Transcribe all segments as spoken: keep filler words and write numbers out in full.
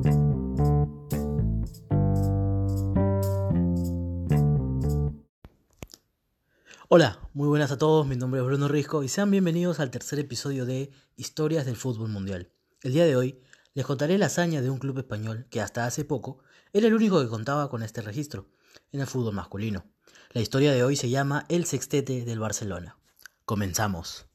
Hola, muy buenas a todos, mi nombre es Bruno Risco y sean bienvenidos al tercer episodio de Historias del Fútbol Mundial. El día de hoy les contaré la hazaña de un club español que hasta hace poco era el único que contaba con este registro en el fútbol masculino. La historia de hoy se llama El Sextete del Barcelona. Comenzamos.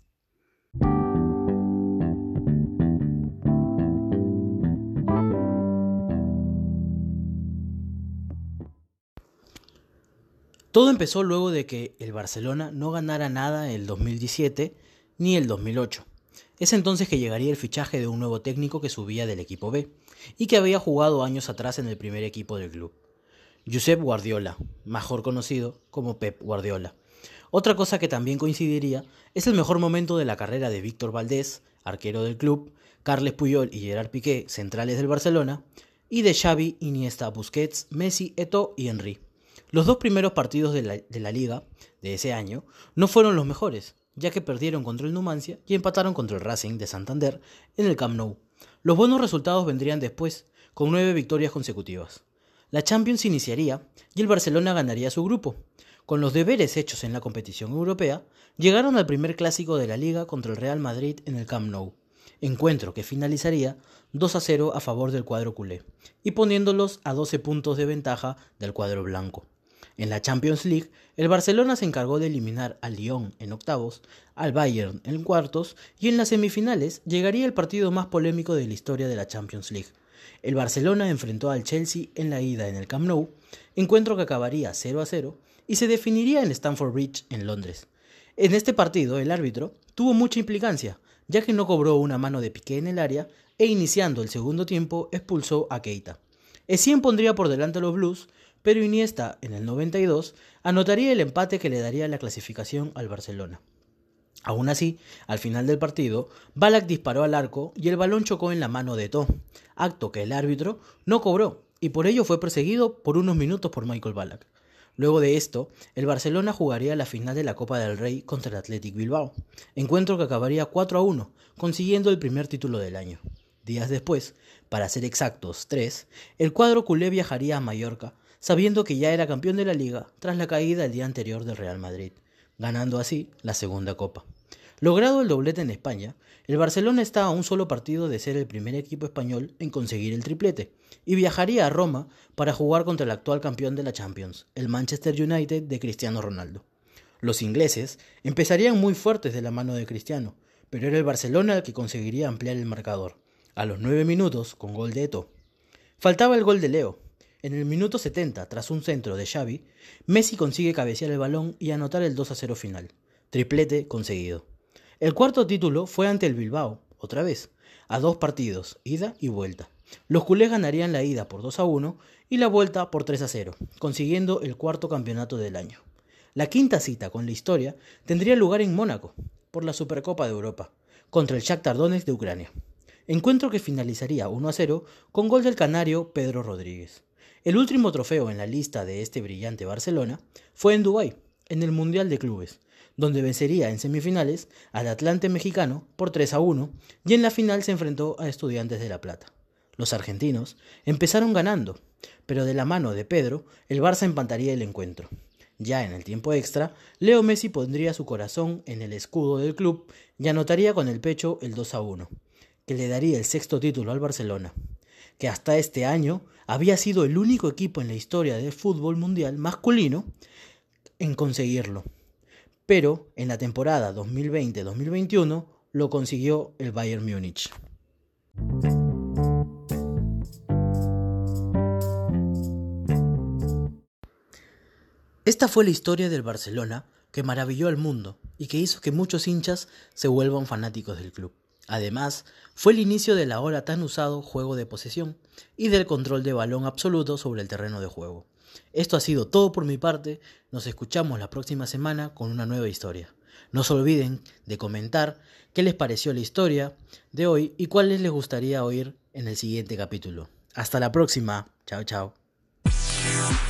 Todo empezó luego de que el Barcelona no ganara nada el dos mil diecisiete ni el dos mil ocho. Es entonces que llegaría el fichaje de un nuevo técnico que subía del equipo B y que había jugado años atrás en el primer equipo del club. Josep Guardiola, mejor conocido como Pep Guardiola. Otra cosa que también coincidiría es el mejor momento de la carrera de Víctor Valdés, arquero del club, Carles Puyol y Gerard Piqué, centrales del Barcelona, y de Xavi, Iniesta, Busquets, Messi, Eto'o y Henry. Los dos primeros partidos de la, de la liga de ese año no fueron los mejores, ya que perdieron contra el Numancia y empataron contra el Racing de Santander en el Camp Nou. Los buenos resultados vendrían después, con nueve victorias consecutivas. La Champions iniciaría y el Barcelona ganaría su grupo. Con los deberes hechos en la competición europea, llegaron al primer clásico de la liga contra el Real Madrid en el Camp Nou, encuentro que finalizaría dos a cero a favor del cuadro culé, y poniéndolos a doce puntos de ventaja del cuadro blanco. En la Champions League, el Barcelona se encargó de eliminar al Lyon en octavos, al Bayern en cuartos y en las semifinales llegaría el partido más polémico de la historia de la Champions League. El Barcelona enfrentó al Chelsea en la ida en el Camp Nou, encuentro que acabaría cero a cero y se definiría en Stamford Bridge en Londres. En este partido el árbitro tuvo mucha implicancia, ya que no cobró una mano de Piqué en el área e iniciando el segundo tiempo expulsó a Keita. Essien pondría por delante a los Blues, pero Iniesta, en el noventa y dos, anotaría el empate que le daría la clasificación al Barcelona. Aún así, al final del partido, Ballack disparó al arco y el balón chocó en la mano de Eto'o, acto que el árbitro no cobró y por ello fue perseguido por unos minutos por Michael Ballack. Luego de esto, el Barcelona jugaría la final de la Copa del Rey contra el Athletic Bilbao, encuentro que acabaría cuatro a uno, consiguiendo el primer título del año. Días después, para ser exactos tres, el cuadro culé viajaría a Mallorca, sabiendo que ya era campeón de la Liga tras la caída el día anterior del Real Madrid, ganando así la segunda Copa. Logrado el doblete en España, el Barcelona está a un solo partido de ser el primer equipo español en conseguir el triplete, y viajaría a Roma para jugar contra el actual campeón de la Champions, el Manchester United de Cristiano Ronaldo. Los ingleses empezarían muy fuertes de la mano de Cristiano, pero era el Barcelona el que conseguiría ampliar el marcador, a los nueve minutos con gol de Eto'o. Faltaba el gol de Leo. En el minuto setenta, tras un centro de Xavi, Messi consigue cabecear el balón y anotar el dos a cero final. Triplete conseguido. El cuarto título fue ante el Bilbao, otra vez, a dos partidos, ida y vuelta. Los culés ganarían la ida por dos a uno y la vuelta por tres a cero, consiguiendo el cuarto campeonato del año. La quinta cita con la historia tendría lugar en Mónaco, por la Supercopa de Europa, contra el Shakhtar Donetsk de Ucrania. Encuentro que finalizaría uno a cero con gol del canario Pedro Rodríguez. El último trofeo en la lista de este brillante Barcelona fue en Dubái, en el Mundial de Clubes, donde vencería en semifinales al Atlante mexicano por tres a uno y en la final se enfrentó a Estudiantes de La Plata. Los argentinos empezaron ganando, pero de la mano de Pedro, el Barça empataría el encuentro. Ya en el tiempo extra, Leo Messi pondría su corazón en el escudo del club y anotaría con el pecho el dos a uno, que le daría el sexto título al Barcelona, que hasta este año había sido el único equipo en la historia del fútbol mundial masculino en conseguirlo. Pero en la temporada dos mil veinte dos mil veintiuno lo consiguió el Bayern Múnich. Esta fue la historia del Barcelona que maravilló al mundo y que hizo que muchos hinchas se vuelvan fanáticos del club. Además, fue el inicio del ahora tan usado juego de posesión y del control de balón absoluto sobre el terreno de juego. Esto ha sido todo por mi parte, nos escuchamos la próxima semana con una nueva historia. No se olviden de comentar qué les pareció la historia de hoy y cuáles les gustaría oír en el siguiente capítulo. Hasta la próxima, chao chao.